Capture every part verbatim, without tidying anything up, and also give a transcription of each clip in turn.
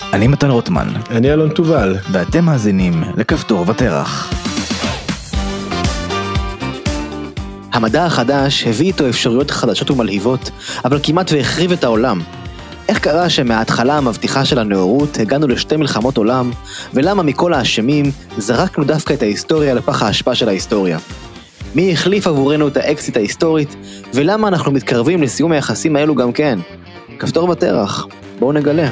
אני מתן רוטמן. אני אלון תובל. ואתם מאזינים לכפתור ותרח. המדע החדש הביא איתו אפשרויות חדשות ומלהיבות, אבל כמעט והחריב את העולם. איך קרה שמההתחלה המבטיחה של הנאורות הגענו לשתי מלחמות עולם, ולמה מכל האשמים זרקנו דווקא את ההיסטוריה לפח האשפה של ההיסטוריה? מי החליף עבורנו את האקסיט ההיסטורית, ולמה אנחנו מתקרבים לסיום היחסים האלו גם כן? כפתור ותרח, בואו נגלה.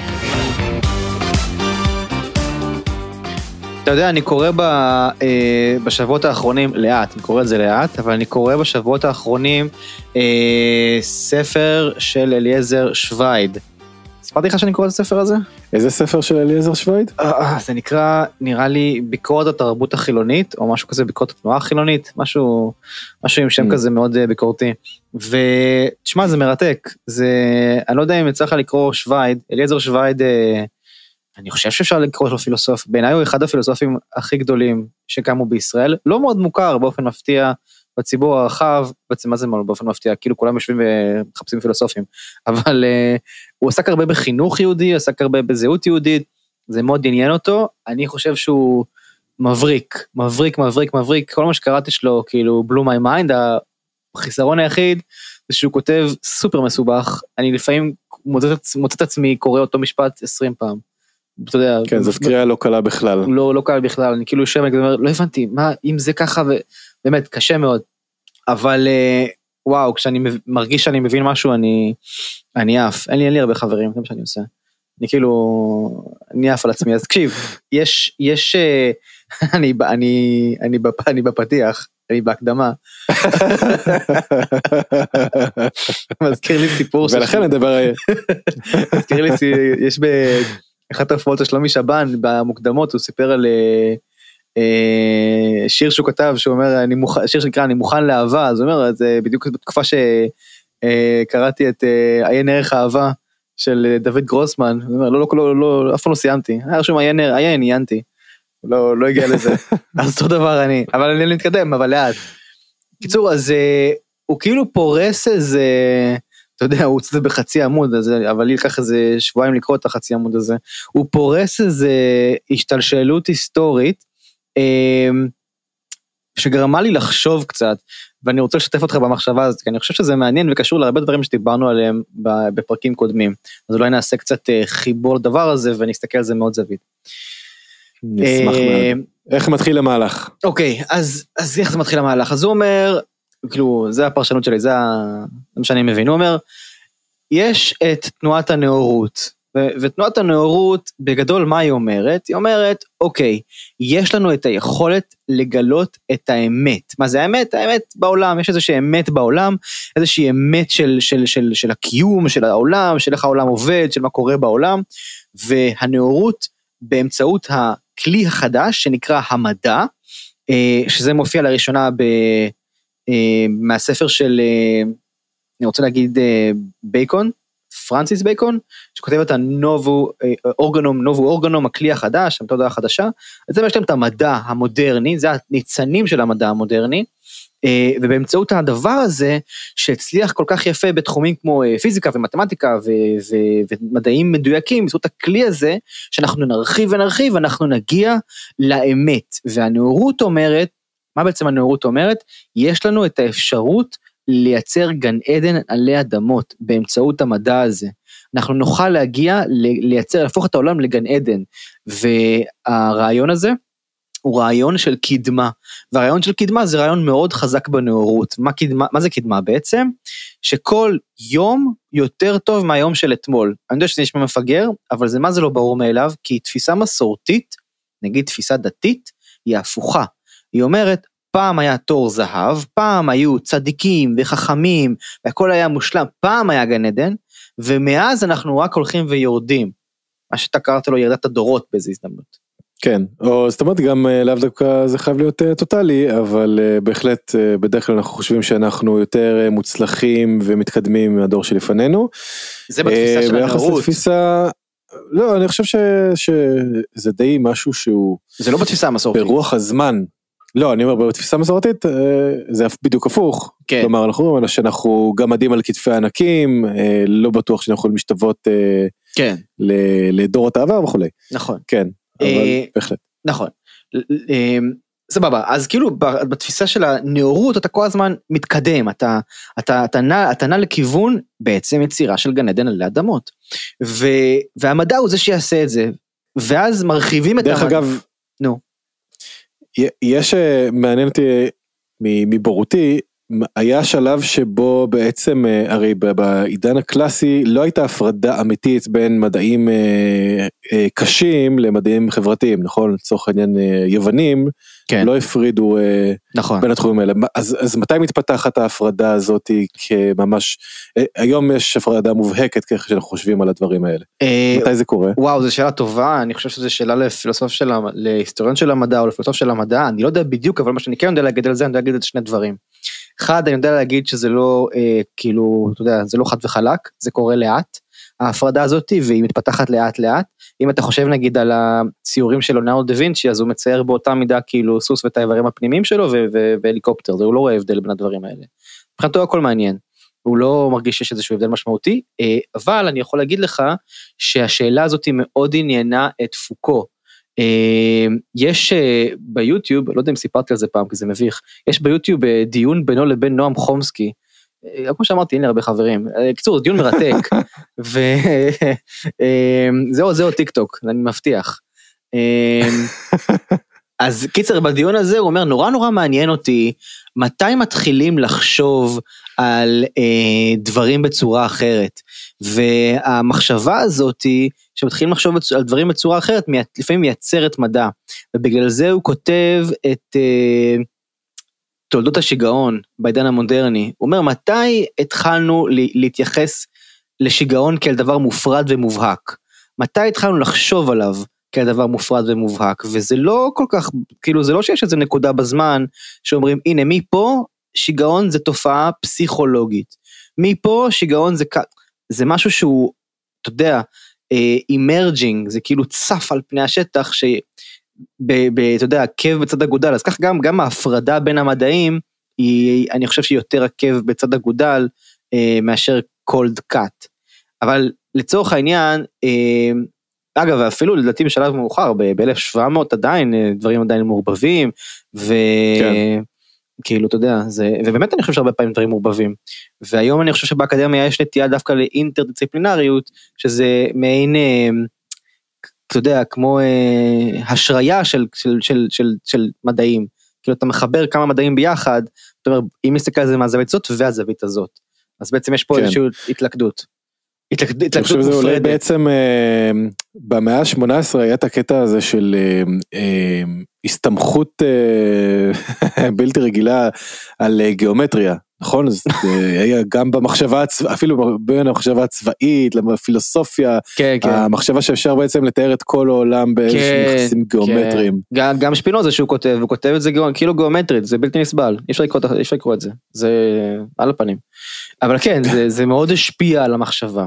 אתה יודע, אני קורא ב, אה, בשבועות האחרונים, לאט, אני קורא את זה לאט, אבל אני קורא בשבועות האחרונים אה, ספר של אליעזר שווייד. ספרתי לך שאני קורא את הספר הזה? איזה ספר של אליעזר שווייד? אה, זה נקרא, נראה לי, ביקורת התרבות החילונית, או משהו כזה, ביקורת התנועה החילונית, משהו, משהו עם שם mm. כזה מאוד ביקורתי. ותשמע, זה מרתק. זה, אני לא יודע אם יצא לך לקרוא שווייד, אליעזר שווייד, אה, אני חושב שאפשר לקרוא לו פילוסוף, בעיניי הוא אחד הפילוסופים הכי גדולים שקמו בישראל, לא מאוד מוכר באופן מפתיע בציבור הרחב, בעצם מה זה באופן מפתיע, כאילו כולם יושבים ומחפשים פילוסופים, אבל uh, הוא עסק הרבה בחינוך יהודי, עסק הרבה בזהות יהודית, זה מאוד עניין אותו, אני חושב שהוא מבריק, מבריק, מבריק, מבריק, כל מה שקראתי שלו, כאילו blew my mind, החיסרון היחיד, זה שהוא כותב סופר מסובך, אני לפעמים מוצא, מוצא את עצמי קורא אותו משפט עשרים פעם, אתה יודע, כן, זאת קריאה לא קלה בכלל. לא, לא קלה בכלל, אני כאילו יושב, אני אומר, לא הבנתי, מה, אם זה ככה, ובאמת, קשה מאוד, אבל, וואו, כשאני מרגיש שאני מבין משהו, אני, אני עף, אין לי, אין לי הרבה חברים, זה מה שאני עושה, אני כאילו, אני עף על עצמי, אז תקשיב, יש, יש, אני, אני, אני, אני בפתיח, אני בהקדמה, מזכיר לי סיפור, ולכן נדבר, מזכיר לי, יש ב... אחת ההופעות של שלומי שבן, במוקדמות, הוא סיפר על אה, שיר שהוא כתב, שהוא אומר, אני מוכ... שיר שנקרא, אני מוכן לאהבה, אז הוא אומר, זה בדיוק בתקופה שקראתי אה, את אה, עיין ערך האהבה, של דוד גרוסמן, הוא אומר, לא, לא, לא, לא, אף פעם לא סיימתי, היה רשום עיין, עיין, עיינתי, לא, לא הגיע לזה, אז אותו דבר אני, אבל אני לא מתקדם, אבל לאט. קיצור, אז אה, הוא כאילו פורס איזה, אתה יודע, הוא הוצא בחצי עמוד, אבל לי לקח איזה שבועיים לקרוא את החצי עמוד הזה, הוא פורס איזה השתלשלות היסטורית, שגרמה לי לחשוב קצת, ואני רוצה לשתף אותך במחשבה הזאת, כי אני חושב שזה מעניין וקשור להרבה דברים שדיברנו עליהם בפרקים קודמים, אז אולי נעשה קצת חיבור לדבר הזה, ונסתכל על זה מאוד זווית. נשמח מאוד. איך מתחיל המהלך? אוקיי, אז איך זה מתחיל המהלך? אז הוא אומר, כאילו, זה הפרשנות שלי, זה מה שאני מבין, הוא אומר, יש את תנועת הנאורות, ו- ותנועת הנאורות, בגדול מה היא אומרת? היא אומרת, אוקיי, יש לנו את היכולת לגלות את האמת. מה זה האמת? האמת בעולם, יש איזושהי אמת בעולם, איזושהי אמת של, של, של, של הקיום, של העולם, של איך העולם עובד, של מה קורה בעולם, והנאורות, באמצעות הכלי החדש, שנקרא המדע, שזה מופיע לראשונה ב... מהספר של, אני רוצה להגיד בייקון, פרנסיס בייקון, שכותב את הנובו אורגנום, נובו אורגנום, הכלי החדש, המתודה החדשה, אז זה יש להם את המדע המודרני, זה הניצנים של המדע המודרני, ובאמצעות הדבר הזה, שהצליח כל כך יפה בתחומים כמו פיזיקה ומתמטיקה ו- ו- ומדעים מדויקים, בזכות הכלי הזה, שאנחנו נרחיב ונרחיב, אנחנו נגיע לאמת, והנאורות אומרת, מה בעצם הנאורות אומרת? יש לנו את האפשרות לייצר גן עדן עלי אדמות, באמצעות המדע הזה. אנחנו נוכל להגיע, לייצר, להפוך את העולם לגן עדן, והרעיון הזה, הוא רעיון של קדמה, והרעיון של קדמה זה רעיון מאוד חזק בנאורות. מה, קדמה, מה זה קדמה בעצם? שכל יום יותר טוב מהיום של אתמול. אני יודע שזה נשמע מפגר, אבל זה מה זה לא ברור מאליו, כי תפיסה מסורתית, נגיד תפיסה דתית, היא הפוכה. היא אומרת, פעם היה תור זהב, פעם היו צדיקים וחכמים, והכל היה מושלם, פעם היה גן עדן, ומאז אנחנו רק הולכים ויורדים. מה שאתה קראת לו ירדת הדורות באיזו הזדמנות. כן, או זאת אומרת גם לאו דווקא זה חייב להיות טוטלי, אבל בהחלט בדרך כלל אנחנו חושבים שאנחנו יותר מוצלחים ומתקדמים מהדור שלפנינו. זה בתפיסה של הנאורות. לתפיסה, לא, אני חושב ש, שזה די משהו שהוא... זה לא בתפיסה המסורתית. ברוח הזמן. לא, אני אומר, בתפיסה המסורתית זה בדיוק הפוך. כן. כלומר, אנחנו אומרים שאנחנו גם עדים על כתפי ענקים, לא בטוח שאנחנו יכולים להשתוות כן. לדורות העבר וכולי. נכון. כן, אבל בהחלט. נכון. סבבה, אז כאילו בתפיסה של הנאורות אתה כל הזמן מתקדם, אתה, אתה, אתה, נע, אתה נע לכיוון בעצם יצירה של גן עדן עלי אדמות, ו, והמדע הוא זה שיעשה את זה, ואז מרחיבים את המדע. דרך אגב, נו. יש, מעניין אותי מבורותי, היה שלב שבו בעצם, הרי בעידן הקלאסי לא הייתה הפרדה אמיתית בין מדעים קשים למדעים חברתיים, נכון? לצורך העניין יוונים, כן. לא הפרידו נכון. בין התחומים האלה. אז, אז מתי מתפתחת ההפרדה הזאת כממש, היום יש הפרדה מובהקת ככה שאנחנו חושבים על הדברים האלה. מתי זה קורה? וואו, זו שאלה טובה, אני חושב שזו שאלה לפילוסוף של, להיסטוריון של המדע או לפילוסוף של המדע, אני לא יודע בדיוק, אבל מה שאני כן יודע להגיד על זה, אני יודע להגיד את שני דברים. אחד, אני יודע להגיד שזה לא, אה, כאילו, אתה יודע, זה לא חד וחלק, זה קורה לאט, ההפרדה הזאת, והיא מתפתחת לאט לאט, אם אתה חושב נגיד על הציורים של ליאונרדו דה וינצ'י, אז הוא מצייר באותה מידה כאילו סוס ואת האיברים הפנימיים שלו, והליקופטר, הוא לא רואה הבדל בין הדברים האלה. מבחינתו הכל מעניין, הוא לא מרגיש שיש איזשהו הבדל משמעותי, אבל אני יכול להגיד לך, שהשאלה הזאת מאוד עניינה את פוקו, יש ביוטיוב, לא יודע אם סיפרתי על זה פעם, כי זה מביך, יש ביוטיוב דיון בינו לבין נועם חומסקי, כמו שאמרתי, אין לי הרבה חברים, קיצור, דיון מרתק, וזהו, זהו טיק טוק, אני מבטיח. אז קיצר, בדיון הזה הוא אומר, נורא נורא מעניין אותי, מתי מתחילים לחשוב על דברים בצורה אחרת, והמחשבה הזאת, שמתחילים לחשוב על דברים בצורה אחרת, לפעמים מייצרת מדע, ובגלל זה הוא כותב את תולדות השיגעון בעידן המודרני, הוא אומר, מתי התחלנו להתייחס לשיגעון כאל דבר מופרד ומובהק, מתי התחלנו לחשוב עליו כאל דבר מופרד ומובהק, וזה לא כל כך, כאילו זה לא שיש איזה נקודה בזמן, שאומרים, הנה מפה שיגעון זה תופעה פסיכולוגית, מפה שיגעון זה, זה משהו שהוא, אתה יודע, אימרג'ינג, זה כאילו צף על פני השטח, ש... ב, ב, אתה יודע, עקב בצד אגודל, אז כך גם, גם ההפרדה בין המדעים, היא, אני חושב שהיא יותר עקב בצד אגודל, אה, מאשר cold cut. אבל לצורך העניין, אה, אגב, אפילו לדעתי בשלב מאוחר, ב-אלף שבע מאות עדיין, דברים עדיין מעורבבים, וכאילו, אתה יודע, זה, ובאמת אני חושב שהרבה פעמים דברים מעורבבים, והיום אני חושב שבאקדמיה יש נטייה דווקא לאינטרדיסציפלינריות, שזה מעין, אה, אתה יודע, כמו אה, השריה של, של, של, של, של מדעים, כאילו אתה מחבר כמה מדעים ביחד, זאת אומרת, אם נסתכל על זה מהזווית הזאת והזווית הזאת, אז בעצם יש פה כן. איזושהי התלכדות. התלכדות, התלכדות מופרדת. זה אולי בעצם, אה, במאה ה-שמונה עשרה היה את הקטע הזה של אה, אה, הסתמכות אה, בלתי רגילה על גיאומטריה, נכון? זה היה גם במחשבה, אפילו בין המחשבה הצבאית, לפילוסופיה, כן, כן. המחשבה שאפשר בעצם לתאר את כל העולם באיזשהם יחסים גיאומטריים. גם, גם שפינוזה שהוא כותב, הוא כותב את זה כאילו גיאומטרית, זה בלתי נסבל, אי אפשר לקרוא, אי אפשר לקרוא את זה, זה על הפנים. אבל כן, זה, זה מאוד השפיע על המחשבה.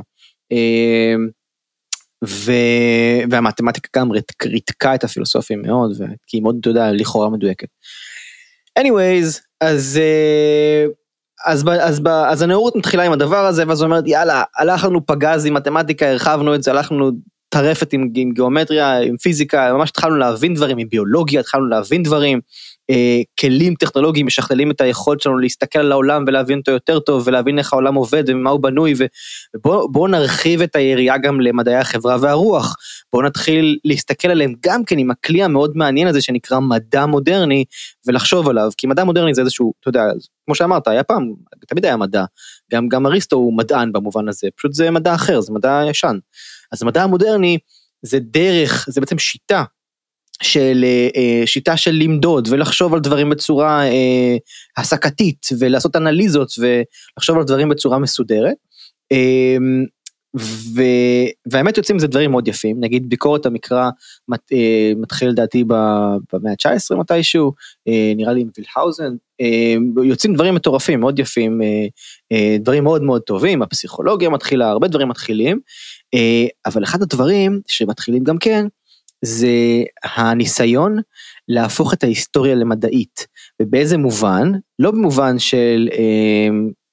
ו... והמתמטיקה גם ריתקה את הפילוסופים מאוד, כי היא מאוד, אתה יודע, לכאורה מדויקת. anyways, אז... אז, אז, אז הנאורות מתחילה עם הדבר הזה, ואז הוא אומר, יאללה, הלכנו פגז עם מתמטיקה, הרחבנו את זה, הלכנו טרפת עם, עם גיאומטריה, עם פיזיקה, ממש התחלנו להבין דברים, עם ביולוגיה, התחלנו להבין דברים, אה, כלים טכנולוגיים, משכללים את היכולת שלנו להסתכל על העולם, ולהבין אותו יותר טוב, ולהבין איך העולם עובד, ומה הוא בנוי, ובואו בוא נרחיב את היריעה גם למדעי החברה והרוח, בואו נתחיל להסתכל עליהם גם כן, עם הכלי המאוד מעניין הזה, שנקרא מדע מודרני, ולחשוב עליו, כי מדע מודרני זה איזשהו, אתה יודע, כמו שאמרת, היה פעם, תמיד היה מדע, גם, גם אריסטו הוא מדען במובן הזה, פשוט זה מדע אחר, זה מדע ישן, אז המדע המודרני זה דרך, זה בעצם שיטה, של שיטה של למדוד, ולחשוב על דברים בצורה אה, הסקתית, ולעשות אנליזות, ולחשוב על דברים בצורה מסודרת, אה, ו, והאמת יוצאים זה דברים מאוד יפים, נגיד ביקורת המקרא, מת, אה, מתחיל לדעתי במאה ה-תשע עשרה מתישהו, אה, נראה לי עם וילהאוזן, אה, יוצאים דברים מטורפים, מאוד יפים, אה, אה, דברים מאוד מאוד טובים, הפסיכולוגיה מתחילה, הרבה דברים מתחילים, אה, אבל אחד הדברים שמתחילים גם כן, זה הניסיון להפוך את ההיסטוריה למדעית, ובאיזה מובן, לא במובן של אה,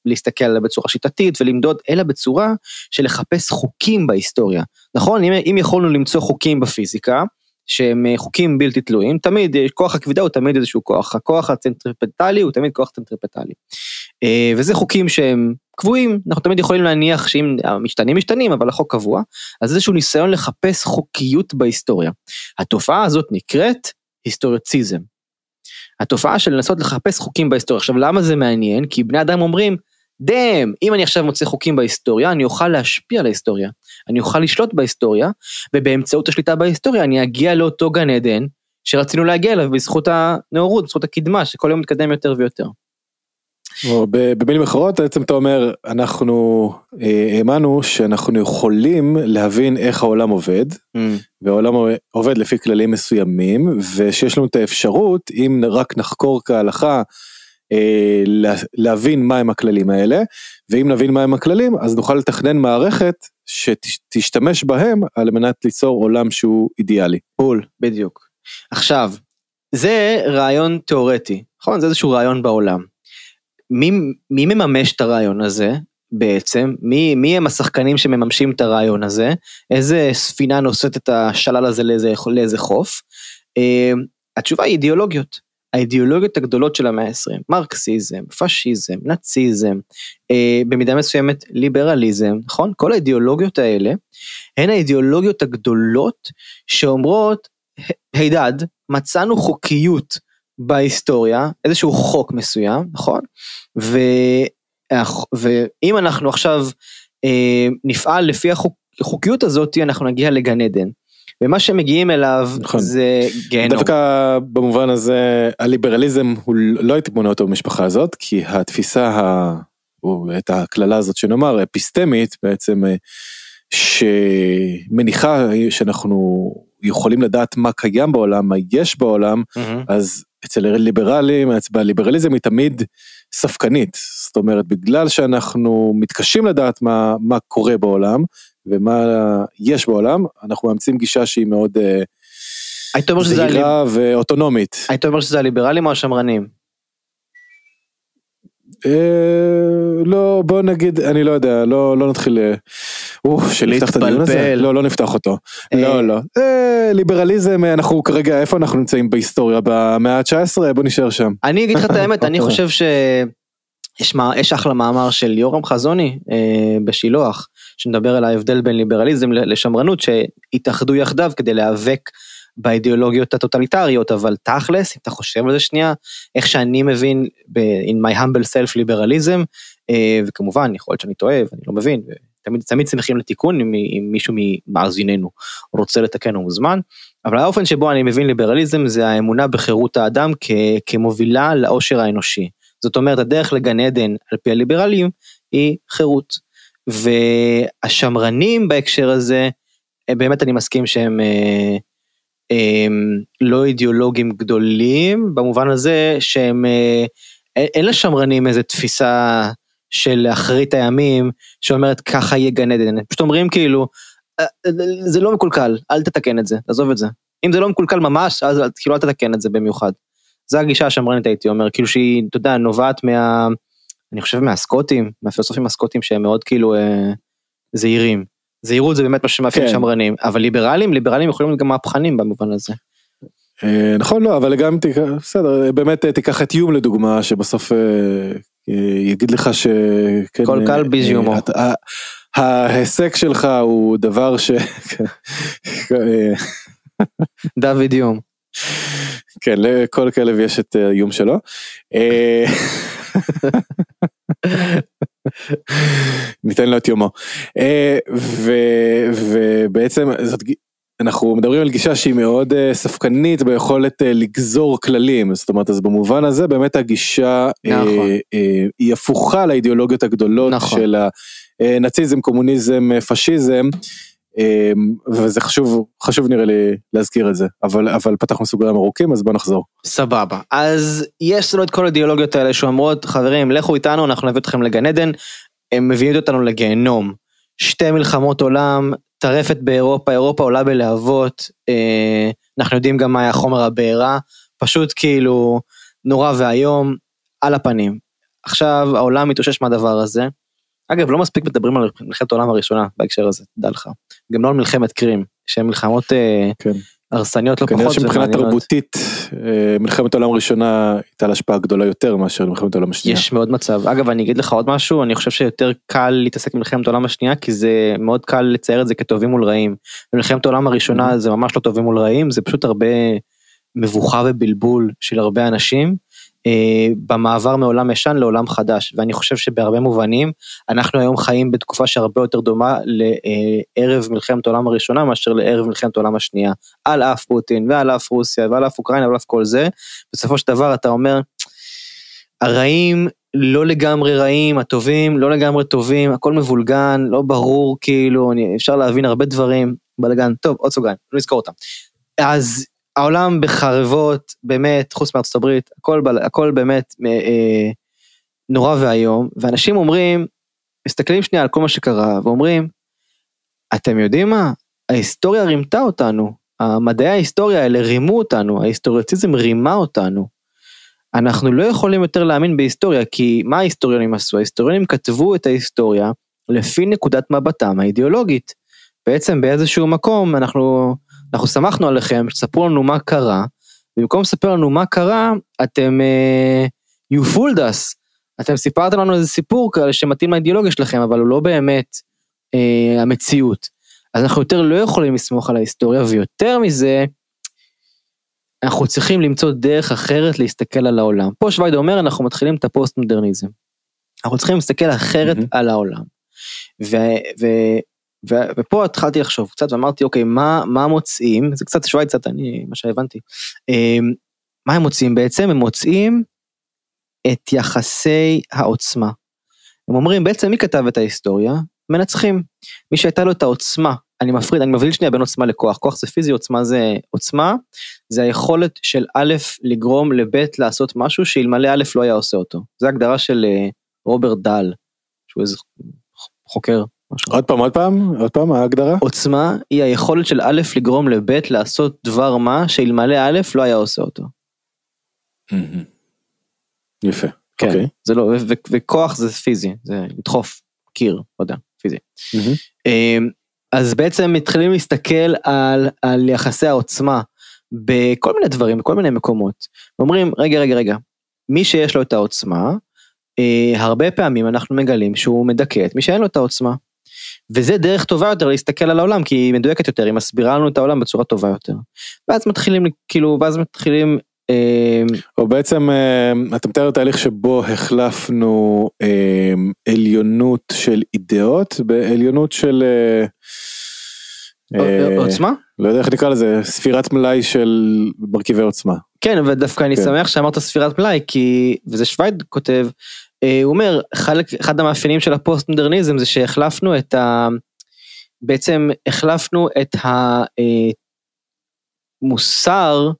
להסתכל עליה בצורה שיטתית ולמדוד, אלא בצורה של לחפש חוקים בהיסטוריה. נכון? אם, אם יכולנו למצוא חוקים בפיזיקה, שהם חוקים בלתי תלויים, תמיד כוח הכבידה הוא תמיד איזשהו כוח, הכוח הצנטריפטלי הוא תמיד כוח צנטריפטלי. וזה חוקים שהם קבועים, אנחנו תמיד יכולים להניח שאם המשתנים משתנים, אבל החוק קבוע, אז איזשהו ניסיון לחפש חוקיות בהיסטוריה. התופעה הזאת נקראת היסטוריציזם. התופעה של לנסות לחפש חוקים בהיסטוריה. עכשיו למה זה מעניין? כי בני אדם אומרים, דאם, אם אני עכשיו מוצא חוקים בהיסטוריה, אני אוכל להשפיע על ההיסטוריה, אני אוכל לשלוט בהיסטוריה, ובאמצעות השליטה בהיסטוריה, אני אגיע לאותו גן עדן, שרצינו להגיע אליו בזכות הנאורות, בזכות הקדמה, שכל יום מתקדם יותר ויותר. במילים אחרות, בעצם אתה אומר, אנחנו האמנו שאנחנו יכולים להבין איך העולם עובד, והעולם עובד לפי כללים מסוימים, ושיש לנו את האפשרות, אם רק נחקור כהלכה, להבין מהם הכללים האלה, ואם נבין מהם הכללים, אז נוכל לתכנן מערכת שתשתמש בהם על מנת ליצור עולם שהוא אידיאלי. בול, בדיוק. עכשיו, זה רעיון תיאורטי, נכון? זה איזשהו רעיון בעולם. מי, מי מממש את הרעיון הזה בעצם? מי, מי הם השחקנים שמממשים את הרעיון הזה? איזה ספינה נושאת את השלל הזה לאיזה, לאיזה חוף? התשובה היא אידיאולוגיות. האידיאולוגיות הגדולות של המאה ה-עשרים, מרקסיזם, פשיזם, נאציזם, אה, במידה מסוימת ליברליזם, נכון? כל האידיאולוגיות האלה, הן האידיאולוגיות הגדולות שאומרות, הידד, מצאנו חוקיות בהיסטוריה, איזשהו חוק מסוים, נכון? ו, ואם אנחנו עכשיו אה, נפעל לפי החוק, החוקיות הזאת, אנחנו נגיע לגן עדן. ומה שמגיעים אליו נכון. זה גיהנום. דווקא במובן הזה, הליברליזם, הוא לא הייתי בונה אותו במשפחה הזאת, כי התפיסה, ה... או את הכללה הזאת שנאמר, אפיסטמית בעצם, שמניחה שאנחנו יכולים לדעת מה קיים בעולם, מה יש בעולם, mm-hmm. אז אצל ליברלים, בליברליזם היא תמיד ספקנית, זאת אומרת, בגלל שאנחנו מתקשים לדעת מה, מה קורה בעולם, ומה יש בעולם, אנחנו מאמצים גישה שהיא מאוד זהירה ואוטונומית. היית אומר שזה הליברלים או השמרנים? לא, בוא נגיד, אני לא יודע, לא נתחיל, שנפתח את הדיון הזה? לא, לא נפתח אותו. לא, לא. ליברליזם, אנחנו כרגע, איפה אנחנו נמצאים בהיסטוריה? במאה ה-תשע עשרה? בוא נשאר שם. אני אגיד לך את האמת, אני חושב ש... יש, מה, יש אחלה מאמר של יורם חזוני אה, בשילוח, שמדבר על ההבדל בין ליברליזם לשמרנות, שהתאחדו יחדיו כדי להיאבק באידיאולוגיות הטוטליטריות, אבל תכלס, אם אתה חושב על זה שנייה, איך שאני מבין, ב- in my humble self ליברליזם, אה, וכמובן, יכול להיות שאני טועה, ואני לא מבין, תמיד, תמיד שמחים לתיקון, אם, אם מישהו ממאזיננו רוצה לתקן או מוזמן, אבל האופן שבו אני מבין ליברליזם, זה האמונה בחירות האדם כ- כמובילה לאושר האנושי. זאת אומרת, הדרך לגן עדן על פי הליברלים היא חירות. והשמרנים בהקשר הזה, באמת אני מסכים שהם הם לא אידיאולוגים גדולים, במובן הזה שהם, אין לשמרנים איזו תפיסה של אחרית הימים, שאומרת ככה יהיה גן עדן. פשוט אומרים כאילו, זה לא מקולקל, אל תתקן את זה, תעזוב את זה. אם זה לא מקולקל ממש, אז כאילו אל תתקן את זה במיוחד. זה הגישה השמרנית הייתי אומר, כאילו שהיא, אתה יודע, נובעת מה, אני חושב מהסקוטים, מהפילוסופים הסקוטים שהם מאוד כאילו אה, זהירים. זהירות זה באמת מה שמאפיין כן. שמרנים, אבל ליברלים, ליברלים יכולים להיות גם מהפכנים במובן הזה. אה, נכון, לא, אבל גם תיקח, בסדר, באמת תיקח את יום לדוגמה, שבסוף אה, יגיד לך ש... כן, כל קל אה, ביזיומו. אה, ההיסק שלך הוא דבר ש... דוד יום. כן, לכל כלב יש את האיום שלו. ניתן לו את יומו. ובעצם אנחנו מדברים על גישה שהיא מאוד ספקנית ביכולת לגזור כללים, זאת אומרת, אז במובן הזה באמת הגישה היא הפוכה לאידיאולוגיות הגדולות של הנאציזם, קומוניזם, פשיזם, וזה חשוב, חשוב נראה לי להזכיר את זה, אבל, אבל פתחנו סוגריים ארוכים, אז בוא נחזור. סבבה, אז יש לנו את כל האידיאולוגיות האלה שאומרות, חברים, לכו איתנו, אנחנו נביא אתכם לגן עדן, הם מביאים אותנו לגיהנום, שתי מלחמות עולם, טרפת באירופה, אירופה עולה בלהבות, אה, אנחנו יודעים גם מה היה חומר הבעירה, פשוט כאילו נורא והיום, על הפנים. עכשיו העולם מתאושש מהדבר הזה, אגב לא מספיק מדברים על מלחמת העולם הראשונה בהקשר הזה, תדע לך, גם לא על מלחמת קרים, שהן מלחמות כן. הרסניות לא פחות. כנראה שמבחינת תרבותית, מלחמת העולם הראשונה הייתה לה השפעה גדולה יותר מאשר מלחמת העולם השנייה. יש מאוד מצב, אגב אני אגיד לך עוד משהו, אני חושב שיותר קל להתעסק במלחמת העולם השנייה, כי זה מאוד קל לצייר את זה כטובים מול רעים, במלחמת העולם הראשונה mm-hmm. זה ממש לא טובים מול רעים, זה פשוט הרבה מבוכה ובלבול של הרבה אנשים, במעבר מעולם ישן לעולם חדש, ואני חושב שבהרבה מובנים, אנחנו היום חיים בתקופה שהרבה יותר דומה לערב מלחמת העולם הראשונה, מאשר לערב מלחמת העולם השנייה, על אף פוטין, ועל אף רוסיה, ועל אף אוקראינה, ועל אף כל זה, בסופו של דבר אתה אומר, הרעים לא לגמרי רעים, הטובים לא לגמרי טובים, הכל מבולגן, לא ברור, כאילו, אפשר להבין הרבה דברים, בלגן, טוב, עוד סוגריים, לא נזכור אותם. אז, העולם בחרבות, באמת, חוץ מארצות הברית, הכל, הכל באמת אה, נורא והיום, ואנשים אומרים, מסתכלים שנייה על כל מה שקרה, ואומרים, אתם יודעים מה? ההיסטוריה רימתה אותנו, המדעי ההיסטוריה האלה רימו אותנו, ההיסטוריציזם רימה אותנו, אנחנו לא יכולים יותר להאמין בהיסטוריה, כי מה ההיסטוריונים עשו? ההיסטוריונים כתבו את ההיסטוריה, לפי נקודת מבטם האידיאולוגית, בעצם באיזשהו מקום, אנחנו... אנחנו שמחנו עליכם, שתספרו לנו מה קרה, ובמקום לספר לנו מה קרה, אתם, uh, you fooled us, אתם סיפרתם לנו איזה סיפור כאלה שמתאים לאידיאולוגיה שלכם, אבל הוא לא באמת uh, המציאות. אז אנחנו יותר לא יכולים לסמוך על ההיסטוריה, ויותר מזה, אנחנו צריכים למצוא דרך אחרת להסתכל על העולם. פה שווייד אומר, אנחנו מתחילים את הפוסט-מודרניזם. אנחנו צריכים להסתכל אחרת mm-hmm. על העולם. ו... ו ו- ופה התחלתי לחשוב קצת, ואמרתי, אוקיי, מה, מה מוצאים, זה קצת שווייד קצת, אני, מה שהבנתי, מה הם מוצאים בעצם? הם מוצאים את יחסי העוצמה. הם אומרים, בעצם מי כתב את ההיסטוריה? מנצחים. מי שהייתה לו את העוצמה, אני מפריד, אני מבדיל שנייה בין עוצמה לכוח, כוח זה פיזי, עוצמה זה עוצמה, זה היכולת של א' לגרום לב' לעשות משהו, שאלמלא א' לא היה עושה אותו. זה הגדרה של רוברט דל, שהוא איזה חוקר, משהו. עוד פעם, עוד פעם, עוד פעם, ההגדרה? עוצמה היא היכולת של א' לגרום לב' לעשות דבר מה, שאלמלא א' לא היה עושה אותו. יפה. כן, אוקיי. זה לא, וכוח זה פיזי, זה לדחוף קיר, לא יודע, פיזי. אז בעצם מתחילים להסתכל על, על יחסי העוצמה, בכל מיני דברים, בכל מיני מקומות. אומרים, רגע, רגע, רגע, מי שיש לו את העוצמה, הרבה פעמים אנחנו מגלים שהוא מדכא את מי שאין לו את העוצמה. וזה דרך טובה יותר להסתכל על העולם, כי היא מדויקת יותר, היא מסבירה לנו את העולם בצורה טובה יותר. ואז מתחילים, כאילו, ואז מתחילים... או בעצם, אתה מתאר את ההליך שבו החלפנו עליונות של אידאות, בעליונות של... עוצמה? לא יודע איך נקרא לזה, ספירת מלאי של מרכיבי עוצמה. כן, ודווקא אני שמח שאמרת ספירת מלאי, כי, וזה שווייד כותב, הוא אומר, אחד המאפיינים של הפוסט-מודרניזם זה שהחלפנו את ה... בעצם החלפנו את המוסר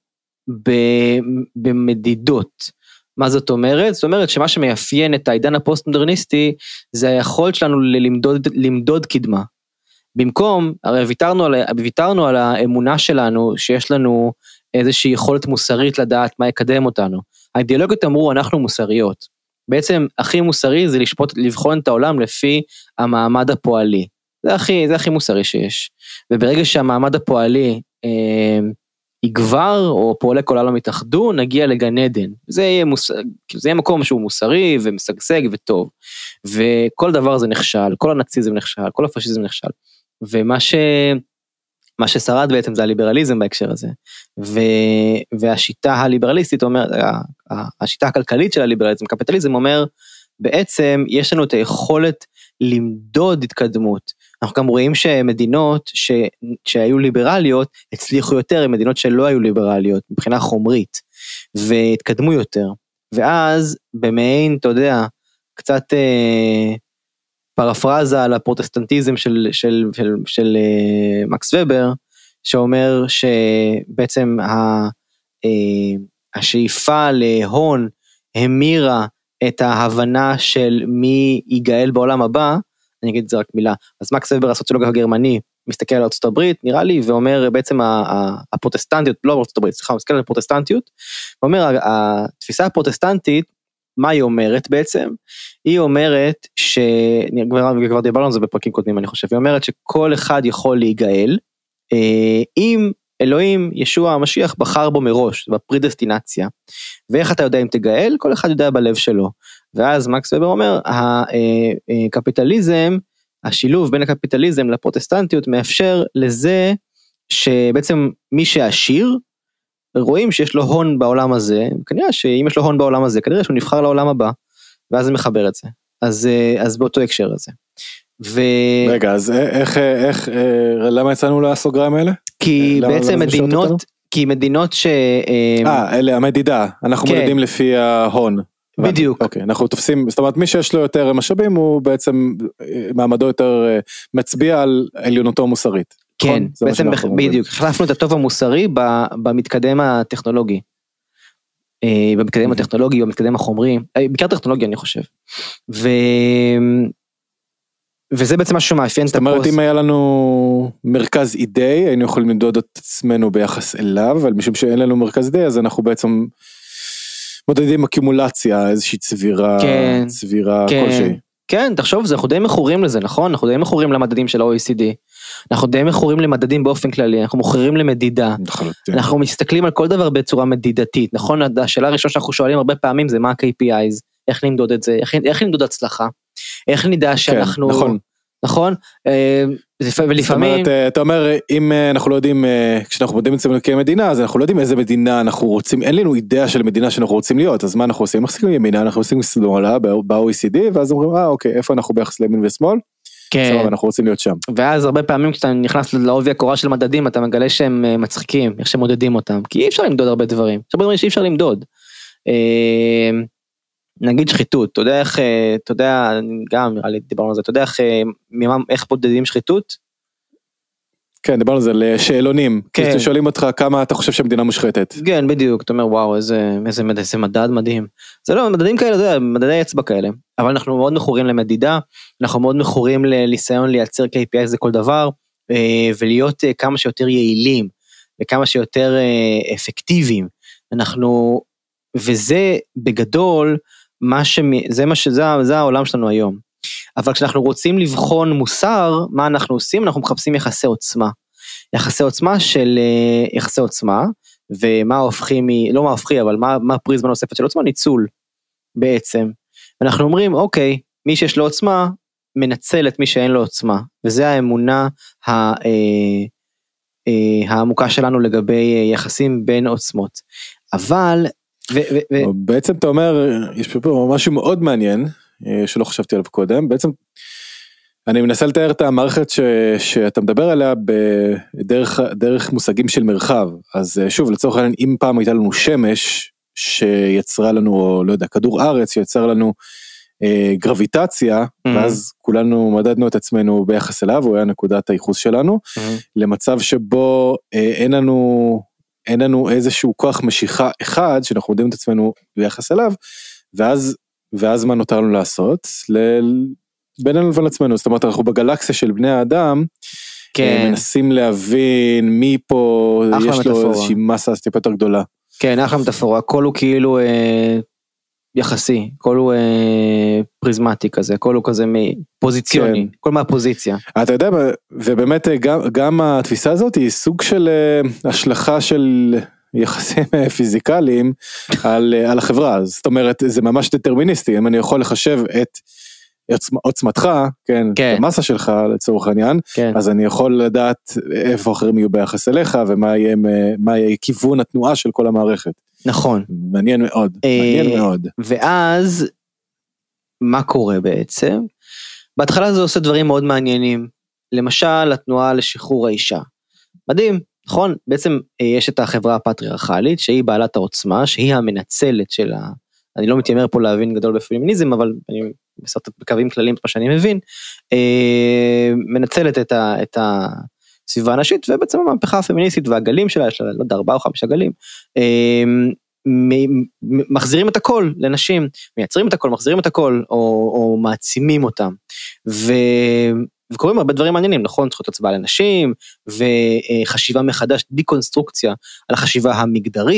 במדידות. מה זאת אומרת? זאת אומרת שמה שמאפיין את העידן הפוסט-מודרניסטי, זה היכולת שלנו למדוד, למדוד קדמה. במקום, הרי ויתרנו על, ויתרנו על האמונה שלנו, שיש לנו איזושהי יכולת מוסרית לדעת מה יקדם אותנו. האידיאולוגיות אמרו, אנחנו מוסריות. בעצם, הכי מוסרי זה לשפוט, לבחון את העולם לפי המעמד הפועלי. זה הכי, זה הכי מוסרי שיש. וברגע שהמעמד הפועלי אה, יגבר, או פועלי כל העולם יתאחדו, נגיע לגן עדן. זה יהיה, מוס, זה יהיה מקום שהוא מוסרי ומשגשג וטוב. וכל דבר זה נכשל, כל הנאציזם נכשל, כל הפשיזם נכשל. ומה ש... מה ששרד בעצם זה הליברליזם בהקשר הזה, ו... והשיטה הליברליסטית אומר, השיטה הכלכלית של הליברליזם, קפיטליזם אומר, בעצם יש לנו את היכולת למדוד התקדמות, אנחנו גם רואים שמדינות ש... שהיו ליברליות, הצליחו יותר, עם מדינות שלא היו ליברליות, מבחינה חומרית, והתקדמו יותר, ואז במעין, אתה יודע, קצת... אה... פרפרזה על הפרוטסטנטיזם של, של, של, של uh, מקס ובר, שאומר שבעצם ה, uh, השאיפה להון המירה את ההבנה של מי ייגאל בעולם הבא, אני אגיד את זה רק מילה, אז מקס ובר הסוציולוג הגרמני מסתכל על ארצות הברית, נראה לי, ואומר בעצם הפרוטסטנטיות, לא ארצות הברית, סליחה, מסתכל על הפרוטסטנטיות, ואומר התפיסה הפרוטסטנטית, מה היא אומרת בעצם? היא אומרת, ש... כבר, כבר דיברנו על זה בפרקים קודמים, אני חושב, היא אומרת שכל אחד יכול להיגאל, אם אלוהים, ישוע המשיח, בחר בו מראש, בפרדסטינציה, ואיך אתה יודע אם תגאל? כל אחד יודע בלב שלו, ואז מקס ובר אומר, הקפיטליזם, השילוב בין הקפיטליזם לפרוטסטנטיות, מאפשר לזה, שבעצם מי שעשיר, רואים שיש לו הון בעולם הזה, כנראה שאם יש לו הון בעולם הזה, כנראה שהוא נבחר לעולם הבא, ואז זה מחבר את זה, אז, אז באותו הקשר הזה. ו... רגע, אז איך, איך, למה יצאנו לסוגריים האלה? כי בעצם מדינות, כי מדינות ש... אה, אלה המדידה, אנחנו מודדים לפי ההון. בדיוק. אוקיי, אנחנו תופסים, זאת אומרת, מי שיש לו יותר משאבים, הוא בעצם מעמדו יותר מצביע על עליונותו מוסרית. כן, בעצם בדיוק, החלפנו את הטוב המוסרי במתקדם הטכנולוגי. במתקדם הטכנולוגי, במתקדם החומרי, בעיקר טכנולוגיה אני חושב. ו... וזה בעצם משהו שמאפיין את הפוסט. זאת אומרת, אם היה לנו מרכז אידי, היינו יכולים למדוד את עצמנו ביחס אליו, אבל משום שאין לנו מרכז אידי, אז אנחנו בעצם מודדים אקימולציה, איזושהי צבירה, כן, צבירה כן, כלשהי. כן, תחשוב, אנחנו די מכורים לזה, נכון? אנחנו די מכורים למדדים של ה-או אי סי די. אנחנו די מכורים למדדים באופן כללי, אנחנו מכורים למדידה. אנחנו מסתכלים על כל דבר בצורה מדידתית, נכון? השאלה הראשונה שאנחנו שואלים הרבה פעמים זה מה ה-קיי פי איז, איך נמדוד את זה, איך, איך נמדוד הצלחה, איך נדע שאנחנו... כן, נכון. נכון? ולפעמים... זאת אומרת, אתה אומר, אם אנחנו לא יודעים, כשאנחנו מודדים את זה כמדינה, אז אנחנו לא יודעים איזה מדינה אנחנו רוצים, אין לנו אידאה של מדינה שאנחנו רוצים להיות, אז מה אנחנו עושים? אנחנו עושים ימינה, אנחנו עושים שמאלה, ב-או אי סי די, ואז אומרים, אה, אוקיי, איפה אנחנו ביחס לימין ושמאל? כן. סבבה, אנחנו רוצים להיות שם. ואז הרבה פעמים כשאתה נכנס לעובי הקורה של מדדים, אתה מגלה שהם מצחיקים, איך שהם מודדים אותם, כי אי אפשר למדוד הרבה דברים, יש הרבה דברים שאי אפשר למדוד. נגיד שחיתות, אתה יודע איך, אתה יודע, גם נראה לי דיברנו על זה, אתה יודע איך, איך בודדים שחיתות? כן, דיברנו על זה, לשאלונים, כן. כי שואלים אותך כמה אתה חושב שהמדינה מושחתת. כן, בדיוק, אתה אומר, וואו, איזה, איזה, איזה מדד מדהים. זה לא, מדדים כאלה, אתה יודע, מדדי אצבע כאלה, אבל אנחנו מאוד מכורים למדידה, אנחנו מאוד מכורים לניסיון לייצר קיי פי איי זה כל דבר, ולהיות כמה שיותר יעילים, וכמה שיותר אפקטיביים. אנחנו, וזה בגדול, מה ש... זה מה שזה, זה העולם שלנו היום. אבל כשאנחנו רוצים לבחון מוסר, מה אנחנו עושים? אנחנו מחפשים יחסי עוצמה. יחסי עוצמה של, יחסי עוצמה, ומה הופכים, לא מה הופכי, אבל מה, מה הפריזמה נוספת של עוצמה? ניצול, בעצם. אנחנו אומרים, אוקיי, מי שיש לו עוצמה, מנצל את מי שאין לו עוצמה, וזה האמונה ה, אה, אה, העמוקה שלנו לגבי יחסים בין עוצמות. אבל, ו, ו, ו... בעצם אתה אומר, יש פה משהו מאוד מעניין, שלא חשבתי עליו קודם, בעצם אני מנסה לתאר את המערכת ש, שאתה מדבר עליה בדרך דרך מושגים של מרחב, אז שוב לצורך העניין, אם פעם הייתה לנו שמש שיצרה לנו, או לא יודע, כדור ארץ שיצר לנו אה, גרביטציה, mm-hmm. ואז כולנו מדדנו את עצמנו ביחס אליו, הוא היה נקודת הייחוס שלנו, mm-hmm. למצב שבו אה, אין לנו, אין לנו איזשהו כוח משיכה אחד, שאנחנו מודדים את עצמנו ביחס אליו, ואז ואז מה נותר לנו לעשות? בינינו לבין עצמנו, זאת אומרת, אנחנו בגלקסיה של בני האדם, כן. מנסים להבין מי פה, יש לו מטפורה. איזושהי מסה טיפה יותר גדולה. כן, אחלה מטפורה, הכל הוא כאילו אה, יחסי, הכל הוא אה, פריזמטי כזה, הכל הוא כזה פוזיציוני, כן. כל מהפוזיציה. אתה יודע, ובאמת גם, גם התפיסה הזאת היא סוג של אה, השלכה של... יחסים פיזיקליים על, על החברה, זאת אומרת, זה ממש דטרמיניסטי, אם אני יכול לחשב את עוצמתך, כן, כן. המסה שלך לצורך העניין, כן. אז אני יכול לדעת איפה אחרים יהיו ביחס אליך, ומה יהיה, מה יהיה כיוון התנועה של כל המערכת. נכון. מעניין מאוד, מעניין מאוד. ואז, מה קורה בעצם? בהתחלה זה עושה דברים מאוד מעניינים, למשל, התנועה לשחרור האישה. מדהים. נכון, בעצם יש את החברה הפטריארכלית, שהיא בעלת העוצמה, שהיא המנצלת של ה... אני לא מתיימר פה להבין גדול בפמיניזם, אבל אני בסרט בקווים כלליים, מה שאני מבין, מנצלת את, ה... את הסביבה הנשית, ובעצם המהפכה הפמיניסטית והגלים שלה, יש לה, לא יודע, ארבעה או חמישה גלים, מחזירים את הכל לנשים, מייצרים את הכל, מחזירים את הכל, או, או מעצימים אותם, ו... וקוראים הרבה דברים מעניינים, נכון? זכות הצבעה לנשים, וחשיבה מחדש, דיקונסטרוקציה, על החשיבה המגדרית,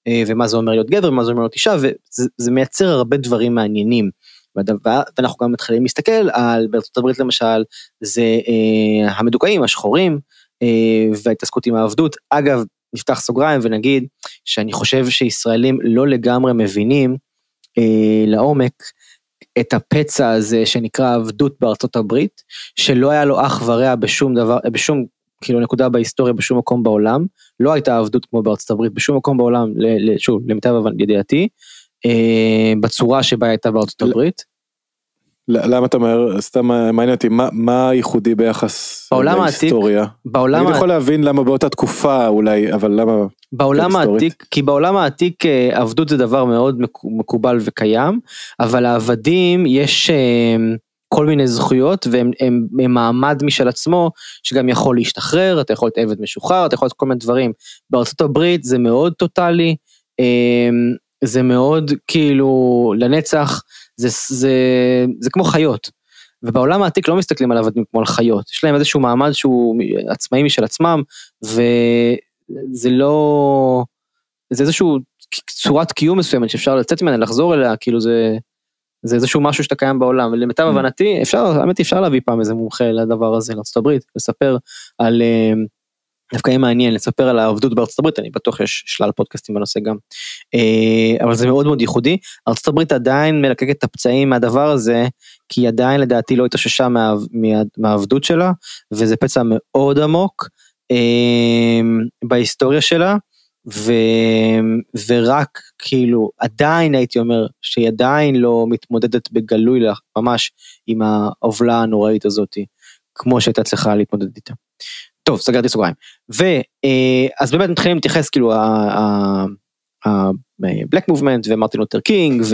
ומה זה אומר להיות גבר, ומה זה אומר להיות אישה, וזה מייצר הרבה דברים מעניינים, ואנחנו גם מתחילים להסתכל על, בארצות הברית למשל, זה המדוכאים, השחורים, וההתעסקות עם העבדות. אגב, נפתח סוגריים ונגיד, שאני חושב שישראלים לא לגמרי מבינים לעומק, את הפצע הזה שנקרא עבדות בארצות הברית, שלא היה לו אח ורע בשום דבר, בשום כאילו נקודה בהיסטוריה, בשום מקום בעולם, לא הייתה עבדות כמו בארצות הברית, בשום מקום בעולם, שוב, למיטב ידיעתי, בצורה שבה הייתה בארצות הברית. למה אתה אומר, סתם מעניין אותי, מה הייחודי ביחס להיסטוריה? אני יכול להבין למה באותה תקופה אולי, אבל למה... בעולם העתיק, כי בעולם העתיק עבדות זה דבר מאוד מקובל וקיים, אבל העבדים יש כל מיני זכויות, והם הם, הם מעמד משל עצמו, שגם יכול להשתחרר, אתה יכול להיות עבד משוחרר, אתה יכול להיות כל מיני דברים. בארצות הברית זה מאוד טוטלי, זה מאוד כאילו לנצח, זה, זה, זה כמו חיות, ובעולם העתיק לא מסתכלים על עבדים כמו על חיות, יש להם איזשהו מעמד שהוא עצמאי משל עצמם, וזה לא, זה איזשהו צורת קיום מסוימת, שאפשר לצאת ממנה, לחזור אליה, כאילו זה, זה איזשהו משהו שאתה קיים בעולם, ולמיטב הבנתי, אפשר, האמת אפשר להביא פעם איזה מומחה לדבר הזה, לארצות הברית, לספר על, דווקא יהיה מעניין, לספר על העבדות בארצות הברית, אני בטוח יש שלל פודקאסטים בנושא גם, אבל זה מאוד מאוד ייחודי, ארצות הברית עדיין מלקקת את הפצעים מהדבר הזה, כי היא עדיין לדעתי לא התאוששה מה, מה, מהעבדות שלה, וזה פצע מאוד עמוק, בהיסטוריה שלה, ו, ורק כאילו, עדיין הייתי אומר, שהיא עדיין לא מתמודדת בגלוי לך, ממש עם העובלה הנוראית הזאת, כמו שהייתה צריכה להתמודד איתה. טוב, סגרתי סוגריים. ואז באמת מתחילים להתייחס כאילו ה-Black Movement ומרטין לותר קינג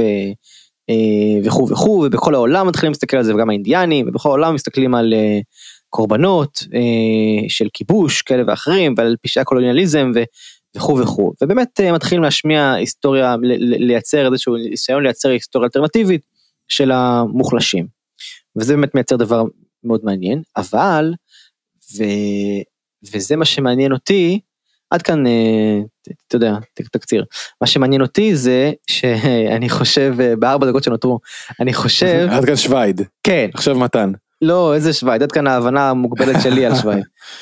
וכו' וכו', ובכל העולם מתחילים להסתכל על זה, וגם האינדיאנים, ובכל העולם מסתכלים על קורבנות של כיבוש כאלה ואחרים, ועל פשעי הקולוניאליזם וכו' וכו'. ובאמת מתחילים להשמיע היסטוריה, לייצר איזשהו ניסיון לייצר היסטוריה אלטרנטיבית של המוחלשים. וזה באמת מייצר דבר מאוד מעניין, אבל ו... וזה מה שמעניין אותי, עד כאן, אתה יודע, תקציר, מה שמעניין אותי זה, שאני חושב, בארבע דקות שנותרו, אני חושב... עד כאן שווייד. כן. עכשיו מתן. לא, איזה שווייד, עד כאן ההבנה המוגבלת שלי על שווייד.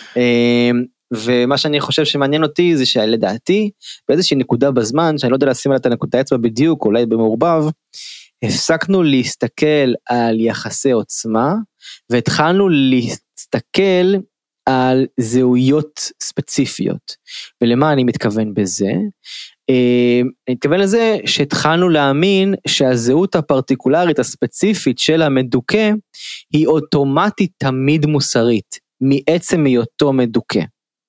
ומה שאני חושב שמעניין אותי, זה שלדעתי, באיזושהי נקודה בזמן, שאני לא יודע לשים על את הנקודה האצבע בדיוק, אולי במעורבב, הפסקנו להסתכל על יחסי עוצמה, והתחלנו להסתכל על זהויות ספציפיות. ולמה אני מתכוון בזה? אני מתכוון לזה שהתחלנו להאמין שהזהות הפרטיקולרית הספציפית של המדוכא, היא אוטומטית תמיד מוסרית, מעצם היותו מדוכא.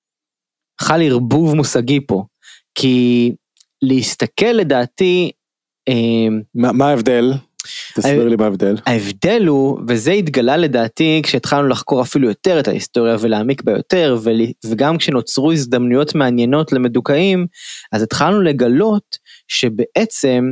חל ערבוב מושגי פה, כי להסתכל לדעתי... מה, מה ההבדל? תסביר לי מה ההבדל. ההבדל הוא, וזה התגלה לדעתי, כשהתחלנו לחקור אפילו יותר את ההיסטוריה, ולהעמיק בה יותר, וגם כשנוצרו הזדמנויות מעניינות למדוכאים, אז התחלנו לגלות, שבעצם,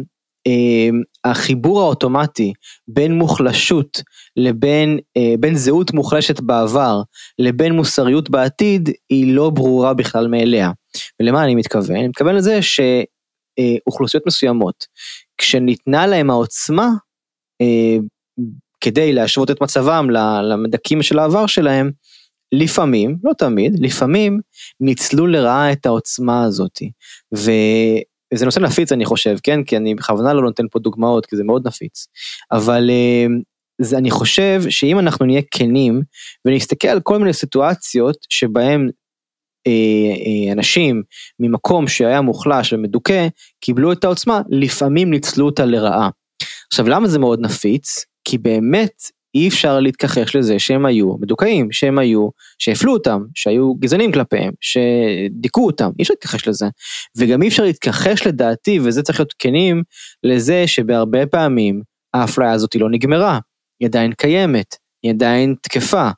החיבור האוטומטי, בין מוחלשות, לבין, בין זהות מוחלשת בעבר, לבין מוסריות בעתיד, היא לא ברורה בכלל מאליה. ולמה אני מתכוון? אני מתכוון לזה, שאוכלוסיות מסוימות, כשניתנה להם העוצמה, אה, כדי להשוות את מצבם למדכים של העבר שלהם, לפעמים, לא תמיד, לפעמים ניצלו לרעה את העוצמה הזאת, ו, וזה נושא נפיץ אני חושב, כן, כי אני בכוונה לא נותן פה דוגמאות, כי זה מאוד נפיץ, אבל אה, זה, אני חושב שאם אנחנו נהיה כנים, ונסתכל על כל מיני סיטואציות, שבהם אנשים ממקום שהיה מוחלש ומדוכא, קיבלו את העוצמה, לפעמים ניצלו אותה לרעה. עכשיו למה זה מאוד נפיץ? כי באמת אי אפשר להתכחש לזה שהם היו מדוכאים, שהם היו, שהפלו אותם, שהיו גזענים כלפיהם, שדיכאו אותם, אי אפשר להתכחש לזה. וגם אי אפשר להתכחש לדעתי, וזה צריך להיות כנים, לזה שבהרבה פעמים האפליה הזאת לא נגמרה, היא עדיין קיימת, היא עדיין תקפה.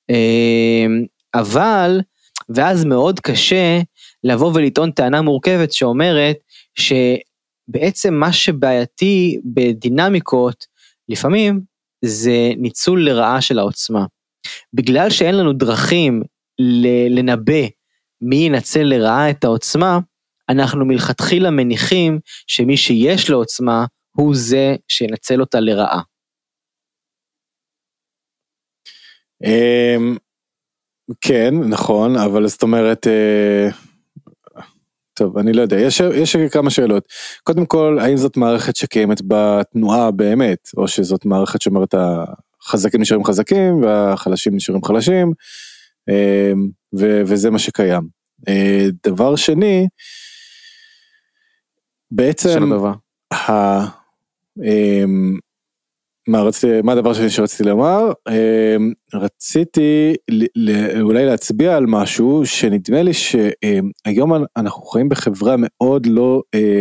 אבל ואז מאוד קשה לבוא ולטעון טענה מורכבת שאומרת שבעצם מה שבעייתי בדינמיקות לפעמים זה ניצול לרעה של העוצמה. בגלל שאין לנו דרכים לנבא מי ינצל לרעה את העוצמה, אנחנו מלכתחילה מניחים שמי שיש לו עוצמה, הוא זה שינצל אותה לרעה. כן, נכון, אבל זאת אומרת, טוב, אני לא יודע, יש, יש כמה שאלות. קודם כל, האם זאת מערכת שקיימת בתנועה באמת, או שזאת מערכת שאומרת, החזקים נשארים חזקים, והחלשים נשארים חלשים, ו- וזה מה שקיים. דבר שני, בעצם, ה- מה, רציתי, מה הדבר שני שרציתי לומר? רציתי אולי להצביע על משהו שנדמה לי שהיום אנחנו חיים בחברה מאוד לא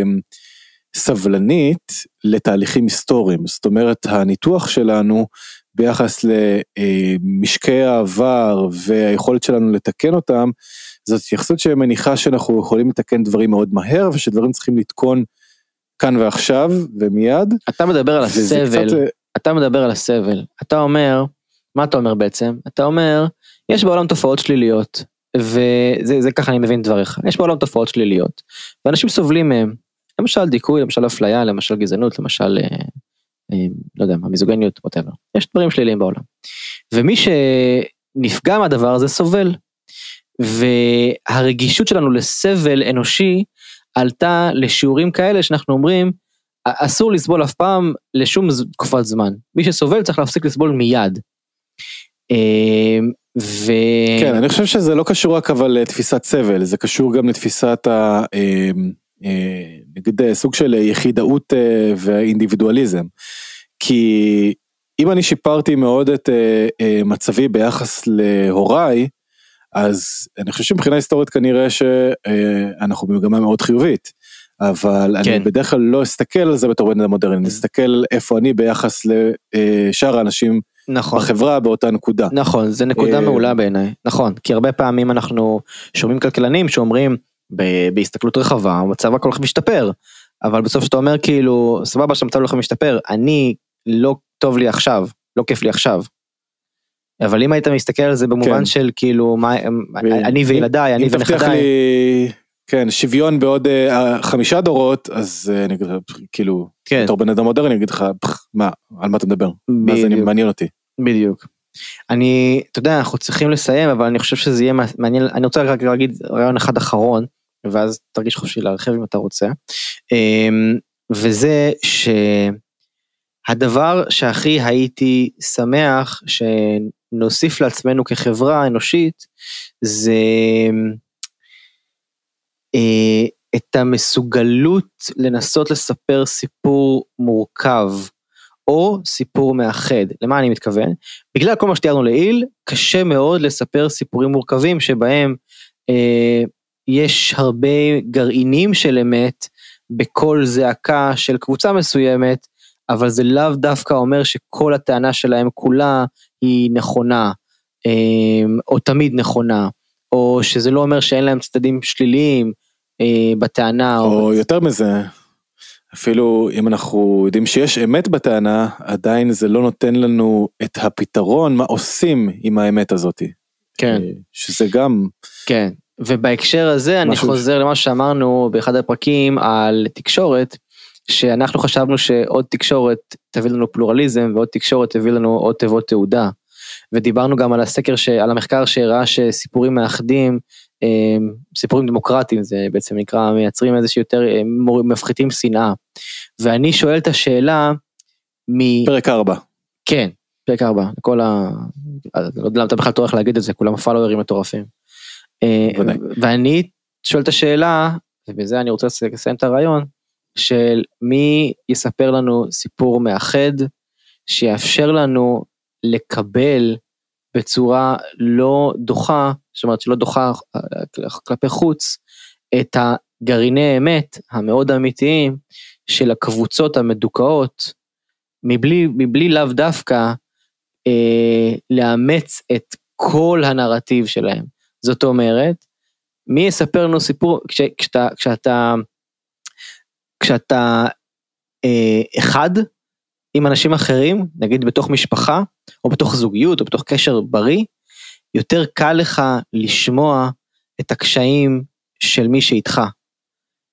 סבלנית לתהליכים היסטוריים. זאת אומרת, הניתוח שלנו ביחס למשקי העבר והיכולת שלנו לתקן אותם, זאת התייחסות שמניחה שאנחנו יכולים לתקן דברים מאוד מהר, ושדברים צריכים לתקון כאן ועכשיו ומיד. אתה מדבר על הסבל. קצת... אתה מדבר על הסבל, אתה אומר, מה אתה אומר בעצם? אתה אומר, יש בעולם תופעות שליליות, וזה זה ככה אני מבין דבריך, יש בעולם תופעות שליליות, ואנשים סובלים מהם, למשל דיכוי, למשל אפליה, למשל גזענות, למשל, אה, אה, לא יודע מה, מיזוגניות, whatever. יש דברים שליליים בעולם. ומי שנפגע מהדבר הזה סובל, והרגישות שלנו לסבל אנושי, עלתה לשיעורים כאלה שאנחנו אומרים, אסור לסבול אף פעם לשום תקופת זמן. מי שסובל צריך להפסיק לסבול מיד. ו... כן, אני חושב שזה לא קשור רק אבל לתפיסת סבל, זה קשור גם לתפיסת ה... נגיד סוג של יחידאות והאינדיבידואליזם. כי אם אני שיפרתי מאוד את מצבי ביחס להוריי, אז אני חושב שמבחינה היסטורית כנראה שאנחנו במגמה מאוד חיובית. אבל כן. אני בדרך כלל לא אסתכל על זה בתור בן אדם מודרני, אני אסתכל איפה אני ביחח לשאר האנשים נכון. בחברה באותה נקודה. נכון, זה נקודה מעולה בעיניי, נכון, כי הרבה פעמים אנחנו שומעים כלכלנים שאומרים, בהסתכלות רחבה, המצב הכל כך משתפר, אבל בסוף שאתה אומר כאילו, סבבה שהמצב הולך משתפר, אני לא טוב לי עכשיו, לא כיף לי עכשיו, אבל אם היית מסתכל על זה במובן כן. של כאילו, מה, אני וילדיי, אני ונכדיי, כן, שוויון בעוד uh, חמישה דורות, אז uh, אני אגיד לך, כאילו, כן. בתור בן אדם מודרני, אני אגיד לך, פח, מה, על מה אתה מדבר? בדיוק. מה זה מעניין אותי? בדיוק. אני, אתה יודע, אנחנו צריכים לסיים, אבל אני חושב שזה יהיה מעניין, אני רוצה רק להגיד רעיון אחד אחרון, ואז תרגיש חופשי להרחיב אם אתה רוצה, וזה שהדבר שהכי הייתי שמח, שנוסיף לעצמנו כחברה אנושית, זה... את המסוגלות לנסות לספר סיפור מורכב, או סיפור מאחד. למה אני מתכוון? בגלל כל מה שתיארנו לעיל, קשה מאוד לספר סיפורים מורכבים, שבהם אה, יש הרבה גרעינים של אמת, בכל זעקה של קבוצה מסוימת, אבל זה לאו דווקא אומר שכל הטענה שלהם כולה היא נכונה, אה, או תמיד נכונה, או שזה לא אומר שאין להם צדדים שליליים, בטענה או, או יותר מזה, אפילו אם אנחנו יודעים שיש אמת בטענה, עדיין זה לא נותן לנו את הפתרון מה עושים עם האמת הזאת. כן. שזה גם... כן, ובהקשר הזה אני חוזר למה שאמרנו באחד הפרקים על תקשורת, שאנחנו חשבנו שעוד תקשורת תביא לנו פלורליזם, ועוד תקשורת תביא לנו עוד תיבות תעודה, ודיברנו גם על הסקר, ש... על המחקר שהראה שסיפורים מאחדים, סיפורים דמוקרטיים, זה בעצם נקרא, מייצרים איזושהי יותר, מפחיתים שנאה, ואני שואל את השאלה, מ... פרק ארבע. כן, פרק ארבע, כל ה... לא יודע למה אתה בכלל תורך להגיד את זה, כולם פולוברים מטורפים. ואני שואל את השאלה, ובזה אני רוצה לסיים את הרעיון, של מי יספר לנו סיפור מאחד, שיאפשר לנו לקבל בצורה לא דוחה, זאת אומרת שלא דוחה כלפי חוץ, את הגרעיני אמת המאוד אמיתיים של הקבוצות המדוכאות, מבלי, מבלי לאו דווקא אה, לאמץ את כל הנרטיב שלהם. זאת אומרת, מי יספר לנו סיפור, כש, כשאתה, כשאתה, כשאתה אה, אחד עם אנשים אחרים, נגיד בתוך משפחה, או בתוך זוגיות, או בתוך קשר בריא, יותר קל לך לשמוע את הקשיים של מי שאיתך.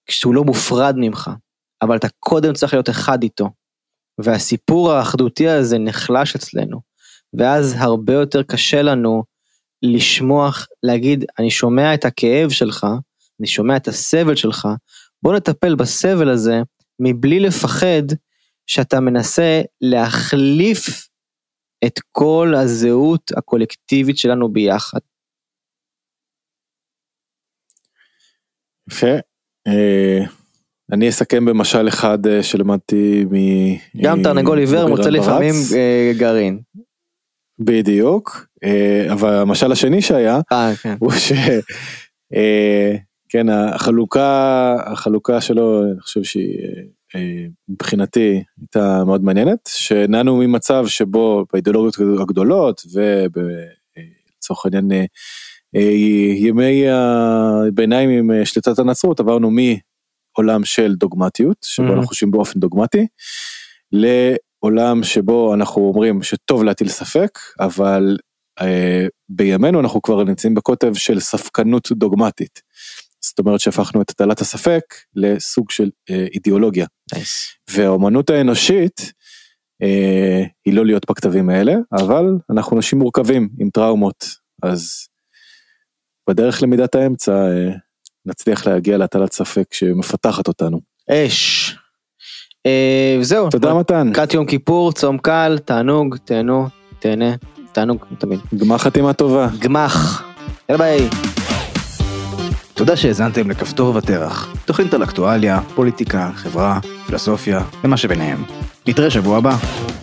כשהוא לא מופרד ממך, אבל אתה קודם צריך להיות אחד איתו, והסיפור האחדותי הזה נחלש אצלנו, ואז הרבה יותר קשה לנו לשמוח, להגיד, אני שומע את הכאב שלך, אני שומע את הסבל שלך, בוא נטפל בסבל הזה, מבלי לפחד, שאתה מנסה להחליף את כל הזהות הקולקטיבית שלנו ביחד. יפה. אני אסכם במשל אחד שלמדתי מ... גם תרנגול עיוור מוצא לפעמים גרעין. בדיוק. אבל המשל השני שהיה, הוא ש... כן, החלוקה, החלוקה שלו, אני חושב שהיא... מבחינתי הייתה מאוד מעניינת, שנענו ממצב שבו באידיאולוגיות הגדולות ובצורך העניין ימי הביניים עם שליטת הנצרות, עברנו מעולם של דוגמטיות, שבו אנחנו חושבים באופן דוגמטי, לעולם שבו אנחנו אומרים שטוב להטיל ספק, אבל בימינו אנחנו כבר נמצאים בקוטב של ספקנות דוגמטית. זאת אומרת שהפכנו את הטלת הספק לסוג של אה, אידיאולוגיה. Nice. והאומנות האנושית אה, היא לא להיות בכתבים האלה, אבל אנחנו אנשים מורכבים עם טראומות, אז בדרך למידת האמצע אה, נצליח להגיע להטלת ספק שמפתחת אותנו. אש. אה, וזהו. תודה מתן. קראת יום כיפור, צום קל, תענוג, תהנו, תהנה, תענוג תמיד. גמח חתימה טובה. גמח. יאללה ביי. תודה שהזנתם לכפתור ותרח, תוכנית על אקטואליה, פוליטיקה, חברה, פילוסופיה ומה שביניהם. נתראה שבוע הבא.